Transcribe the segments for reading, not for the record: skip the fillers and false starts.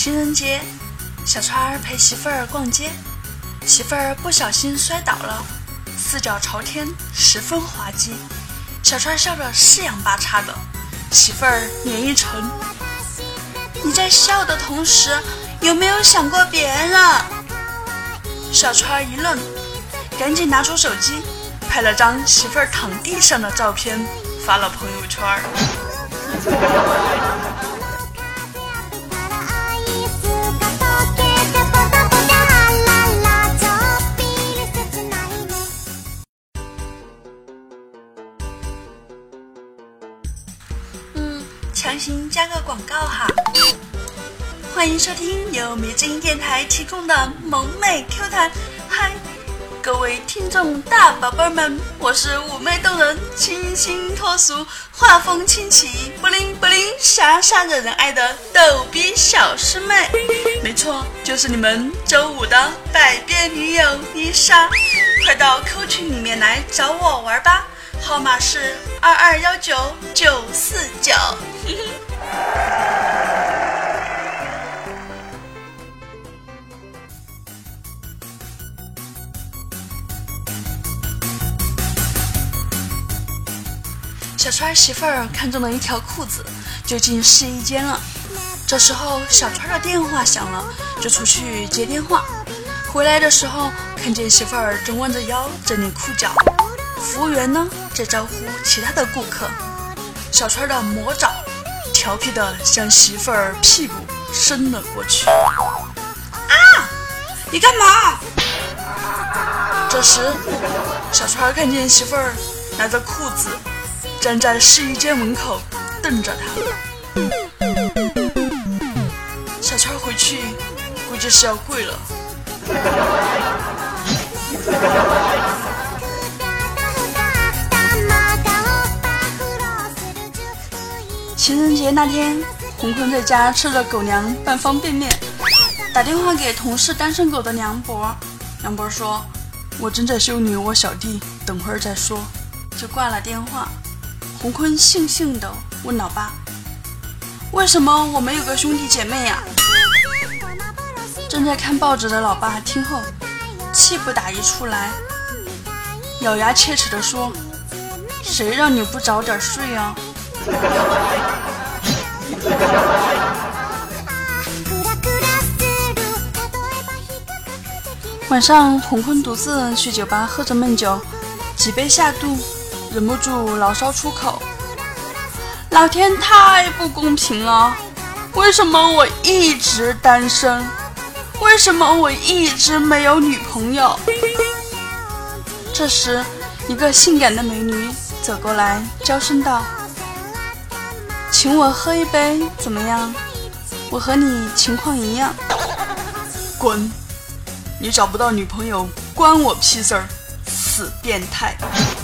情人节，小川陪媳妇儿逛街，媳妇儿不小心摔倒了，四脚朝天，十分滑稽。小川笑得四仰八叉的，媳妇儿脸一沉，你在笑的同时有没有想过别人？小川一愣，赶紧拿出手机拍了张媳妇儿躺地上的照片发了朋友圈。强行加个广告哈，欢迎收听由迷之音电台提供的萌妹 Q 弹。嗨，各位听众大宝贝们，我是妩媚动人、清新脱俗、画风清奇、不灵不灵、傻傻惹人爱的逗逼小师妹。没错，就是你们周五的百变女友丽莎，快到 Q 群里面来找我玩吧。号码是2219949。小川媳妇儿看中了一条裤子，就进试衣间了。这时候小川的电话响了，就出去接电话。回来的时候看见媳妇儿正弯着腰整理裤脚，服务员呢在招呼其他的顾客。小川的魔爪调皮的向媳妇儿屁股伸了过去。啊！你干嘛？这时小川看见媳妇儿拿着裤子站在试衣间门口瞪着他。小川回去估计是要跪了。情人节那天，红坤在家吃了狗粮拌方便面，打电话给同事单身狗的梁博。梁博说：“我正在修理我小弟，等会儿再说。”就挂了电话。红坤悻悻地问老爸：“为什么我没有个兄弟姐妹呀？”正在看报纸的老爸听后，气不打一处来，咬牙切齿地说：“谁让你不早点睡啊？”晚上，红坤独自去酒吧喝着闷酒，几杯下肚，忍不住牢骚出口：“老天太不公平了！为什么我一直单身？为什么我一直没有女朋友？”这时，一个性感的美女走过来，娇声道：“请我喝一杯怎么样？我和你情况一样。”滚！你找不到女朋友关我屁事儿，死变态！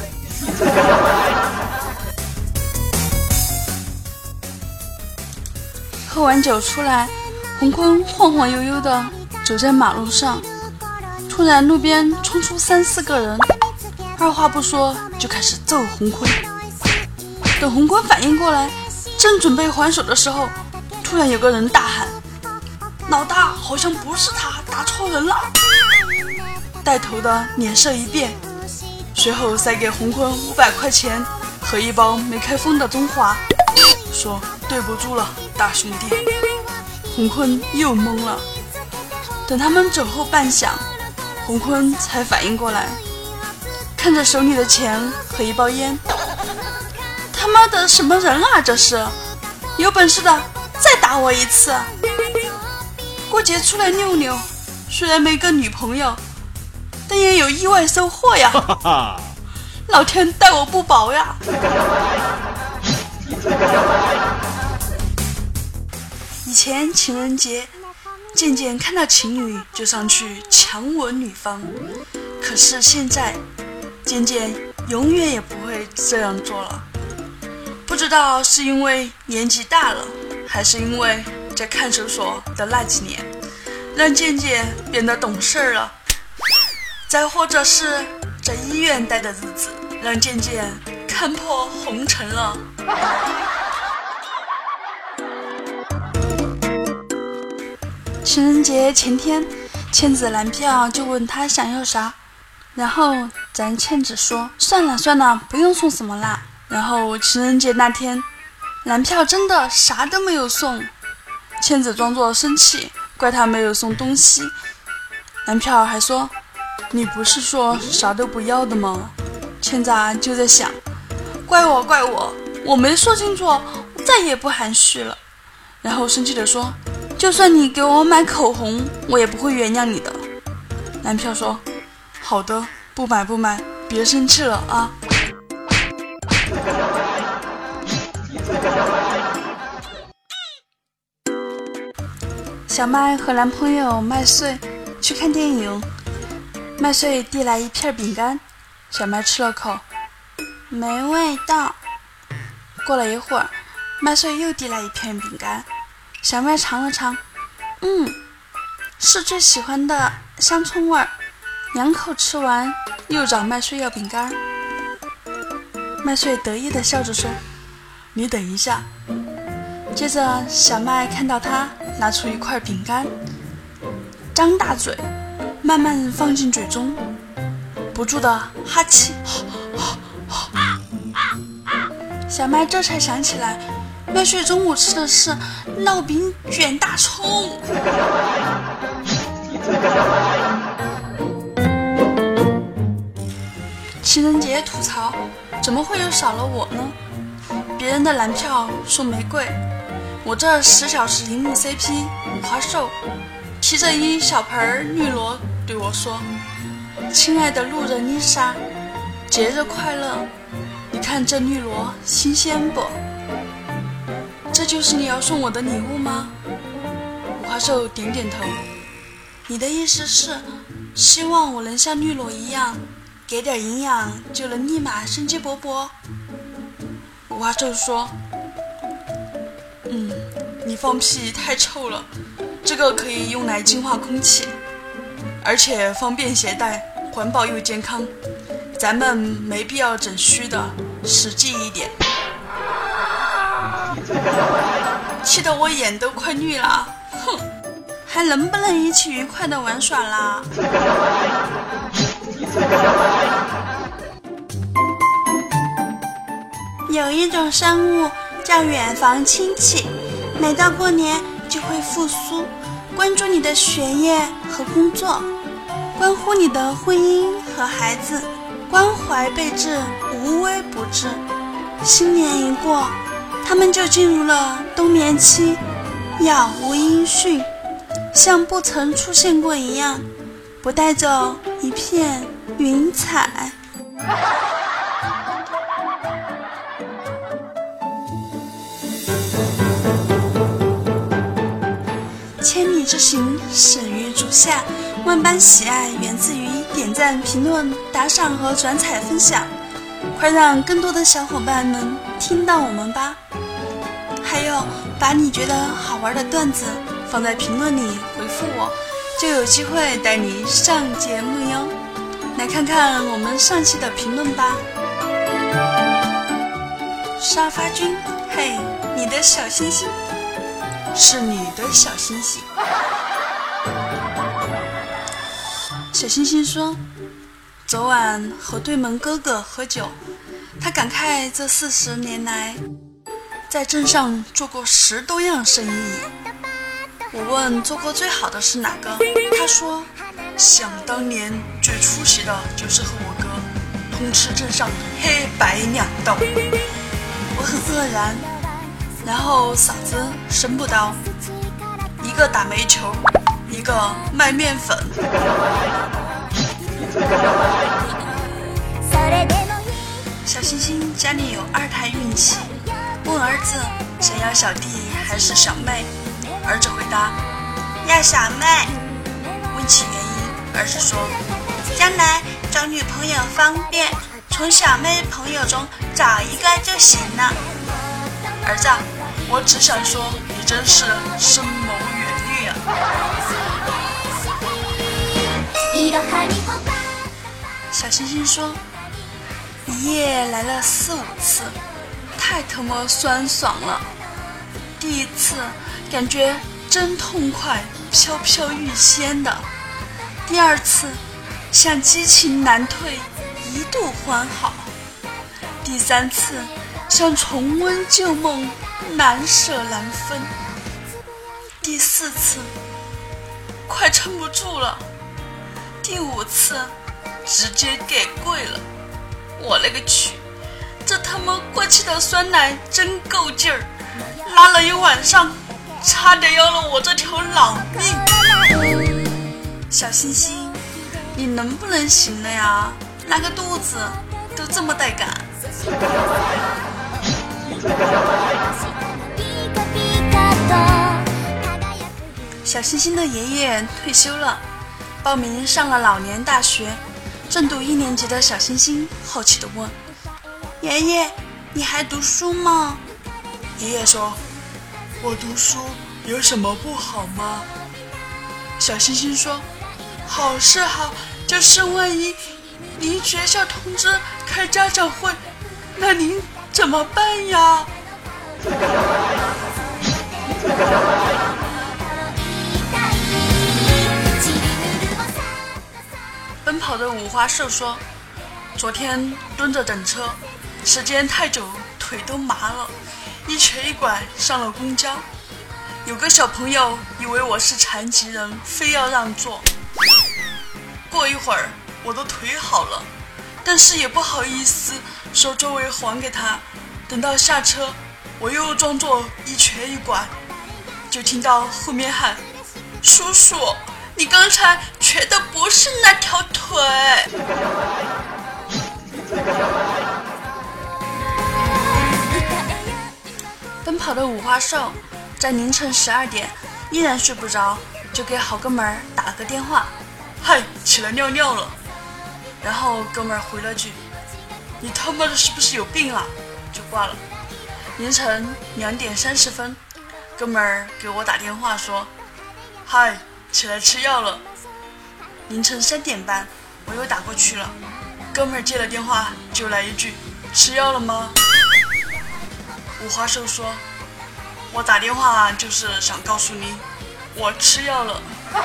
喝完酒出来，红坤晃晃悠悠的走在马路上，突然路边冲出3-4个人，二话不说就开始揍红坤。等红坤反应过来，正准备还手的时候，突然有个人大喊：“老大，好像不是他，打错人了！”带头的脸色一变，随后塞给红坤500块钱和一包没开封的中华，说：“对不住了，大兄弟。”红坤又懵了。等他们走后半晌，红坤才反应过来，看着手里的钱和一包烟，他妈的什么人啊这是！有本事的再打我一次！过节出来溜溜，虽然没个女朋友，但也有意外收获呀！老天待我不薄呀！以前情人节，渐渐看到情侣就上去强吻女方，可是现在，渐渐永远也不会这样做了。不知道是因为年纪大了，还是因为在看守所的那几年，让渐渐变得懂事了，再或者是在医院待的日子，让渐渐看破红尘了。 情人节前天，倩子男票就问他想要啥，然后咱倩子说算了，不用送什么啦。然后情人节那天，男票真的啥都没有送，倩子装作生气，怪他没有送东西。男票还说你不是说啥都不要的吗？倩子就在想，怪我，我没说清楚，再也不含蓄了。然后生气地说，就算你给我买口红，我也不会原谅你的。男票说，好的，不买，别生气了啊。小麦和男朋友麦穗去看电影，麦穗递来一片饼干，小麦吃了口，没味道。过了一会儿，麦穗又递来一片饼干，小麦尝了尝，是最喜欢的香葱味儿。2口吃完，又找麦穗要饼干。麦穗得意地笑着说，你等一下。接着小麦看到他拿出一块饼干，张大嘴慢慢放进嘴中，不住的哈气。小麦这才想起来，麦穗中午吃的是烙饼卷大葱。情人节吐槽，怎么会有少了我呢？别人的男票送玫瑰，我这10小时荧幕 CP 五花兽提着一小盆绿萝对我说，亲爱的路人丽莎，节日快乐，你看这绿萝新鲜不？这就是你要送我的礼物吗？五花兽点点头。你的意思是希望我能像绿萝一样给点营养就能立马生机勃勃？五花兽说，你放屁太臭了，这个可以用来净化空气，而且方便携带，环保又健康，咱们没必要整虚的，实际一点。气得我眼都快绿了，哼，还能不能一起愉快的玩耍啦？有一种生物叫远房亲戚，每到过年就会复苏，关注你的学业和工作，关乎你的婚姻和孩子，关怀备至，无微不至。新年一过，他们就进入了冬眠期，杳无音讯，像不曾出现过一样，不带走一片云彩。千里之行，始于足下，万般喜爱源自于点赞、评论、打赏和转采分享，快让更多的小伙伴们听到我们吧。还有，把你觉得好玩的段子放在评论里回复我，就有机会带你上节目哟。来看看我们上期的评论吧。沙发君，嘿，你的小星星，是你的小星星。小星星说，昨晚和对门哥哥喝酒，他感慨这40年来在镇上做过10多样生意。我问做过最好的是哪个，他说想当年最出息的就是和我哥通吃镇上黑白2道。我很愕然，然后嫂子生不刀，一个打煤球，一个卖面粉。小星星家里有2胎孕期，问儿子想要小弟还是小妹，儿子回答要小妹。问其原因，儿子说将来找女朋友方便，从小妹朋友中找一个就行了。儿子，我只想说你真是深谋远虑啊。小星星说，一夜来了4、5次，太他妈酸爽了。第一次感觉真痛快，飘飘欲仙的。第二次像激情难退，一度欢好。第三次像重温旧梦，难舍难分。第四次快撑不住了。第五次直接给跪了。我勒个去，这他妈过期的酸奶真够劲儿，拉了一晚上，差点要了我这条老命。小星星，你能不能行了呀？那个肚子都这么带感。小星星的爷爷退休了，报名上了老年大学。正读1年级的小星星好奇地问：爷爷，你还读书吗？爷爷说：我读书有什么不好吗？小星星说：好是好，就是万一您学校通知开家长会，那您怎么办呀？奔跑的五花兽说：昨天蹲着等车，时间太久，腿都麻了，一瘸一拐上了公交。有个小朋友以为我是残疾人，非要让座。过一会儿我的腿好了，但是也不好意思说座位还给他。等到下车，我又装作一瘸一拐，就听到后面喊：叔叔，你刚才瘸的不是那条腿。奔跑的五花兽在凌晨12点依然睡不着，就给好哥们儿打了个电话：嗨，起来尿尿了。然后哥们儿回了句：你他妈的是不是有病啊？就挂了。凌晨2点30分，哥们儿给我打电话说：嗨，起来吃药了。凌晨3点半，我又打过去了，哥们儿接了电话就来一句：吃药了吗？五花兽说：我打电话就是想告诉你，我吃药了。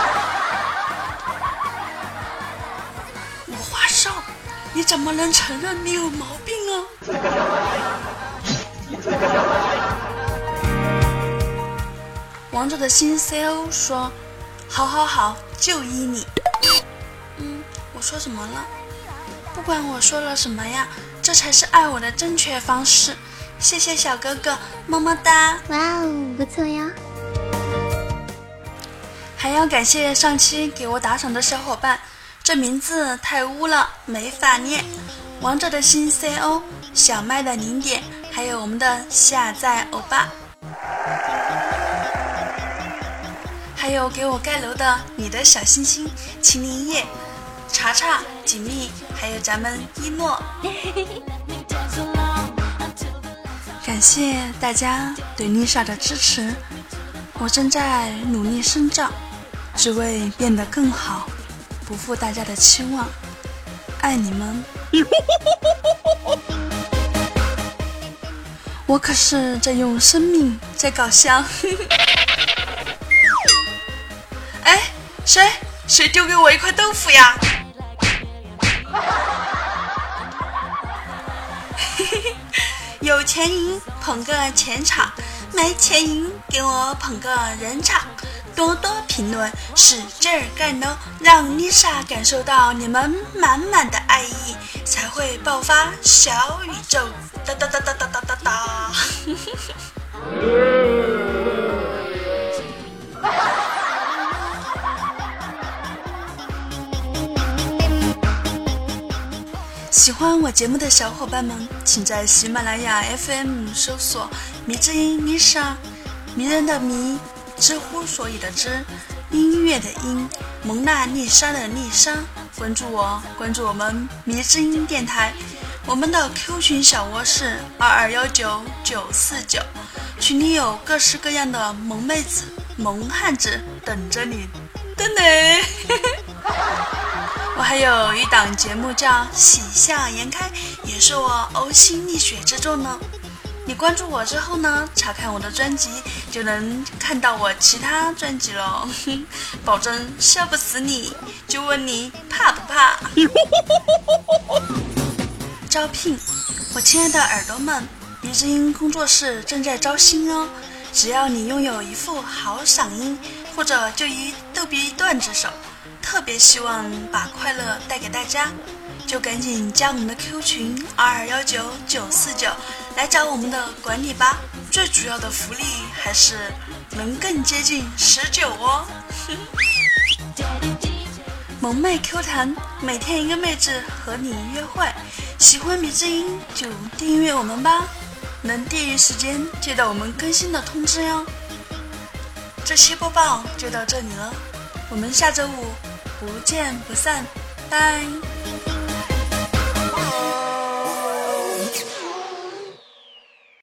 五花兽，你怎么能承认你有毛病啊？王者的新 CEO 说：好好好，就依你。我说什么了？不管我说了什么呀，这才是爱我的正确方式。谢谢小哥哥，么么哒。 哇哦，不错呀。 还要感谢上期给我打赏的小伙伴，这名字太污了，没法念。王者的新 CEO， 小麦的0点，还有我们的下载欧巴，还有给我盖楼的你的小星星、秦林叶、查查、锦觅，还有咱们一诺。感谢大家对丽莎的支持，我正在努力深造，只为变得更好，不负大家的期望，爱你们。我可是在用生命在搞香。哎，谁丢给我一块豆腐呀？有钱赢捧个钱场，没钱赢给我捧个人场，多多评论，使劲儿干哦，让丽莎感受到你们满满的爱意，才会爆发小宇宙，哒哒哒哒哒哒哒哒。喜欢我节目的小伙伴们，请在喜马拉雅 FM 搜索迷之音丽莎，迷人的迷，知乎所以的知，音乐的音，蒙娜丽莎的丽莎。关注我，关注我们迷之音电台。我们的 Q 群小窝是2219949，群里有各式各样的萌妹子、萌汉子等着你的呢。我还有一档节目叫喜笑颜开，也是我呕心沥血之作呢。 你关注我之后呢，查看我的专辑就能看到我其他专辑了，保证笑不死你。就问你怕不怕？招聘，我亲爱的耳朵们，鼻子音工作室正在招新哦。只要你拥有一副好嗓音，或者就一逗比段子手，特别希望把快乐带给大家，就赶紧加我们的 Q 群2219-949来找我们的管理吧。最主要的福利还是能更接近19哦。萌妹 Q 弹，每天一个妹子和你约会，喜欢迷之音就订阅我们吧，能第一时间接到我们更新的通知哟。这期播报就到这里了，我们下周五不见不散，拜。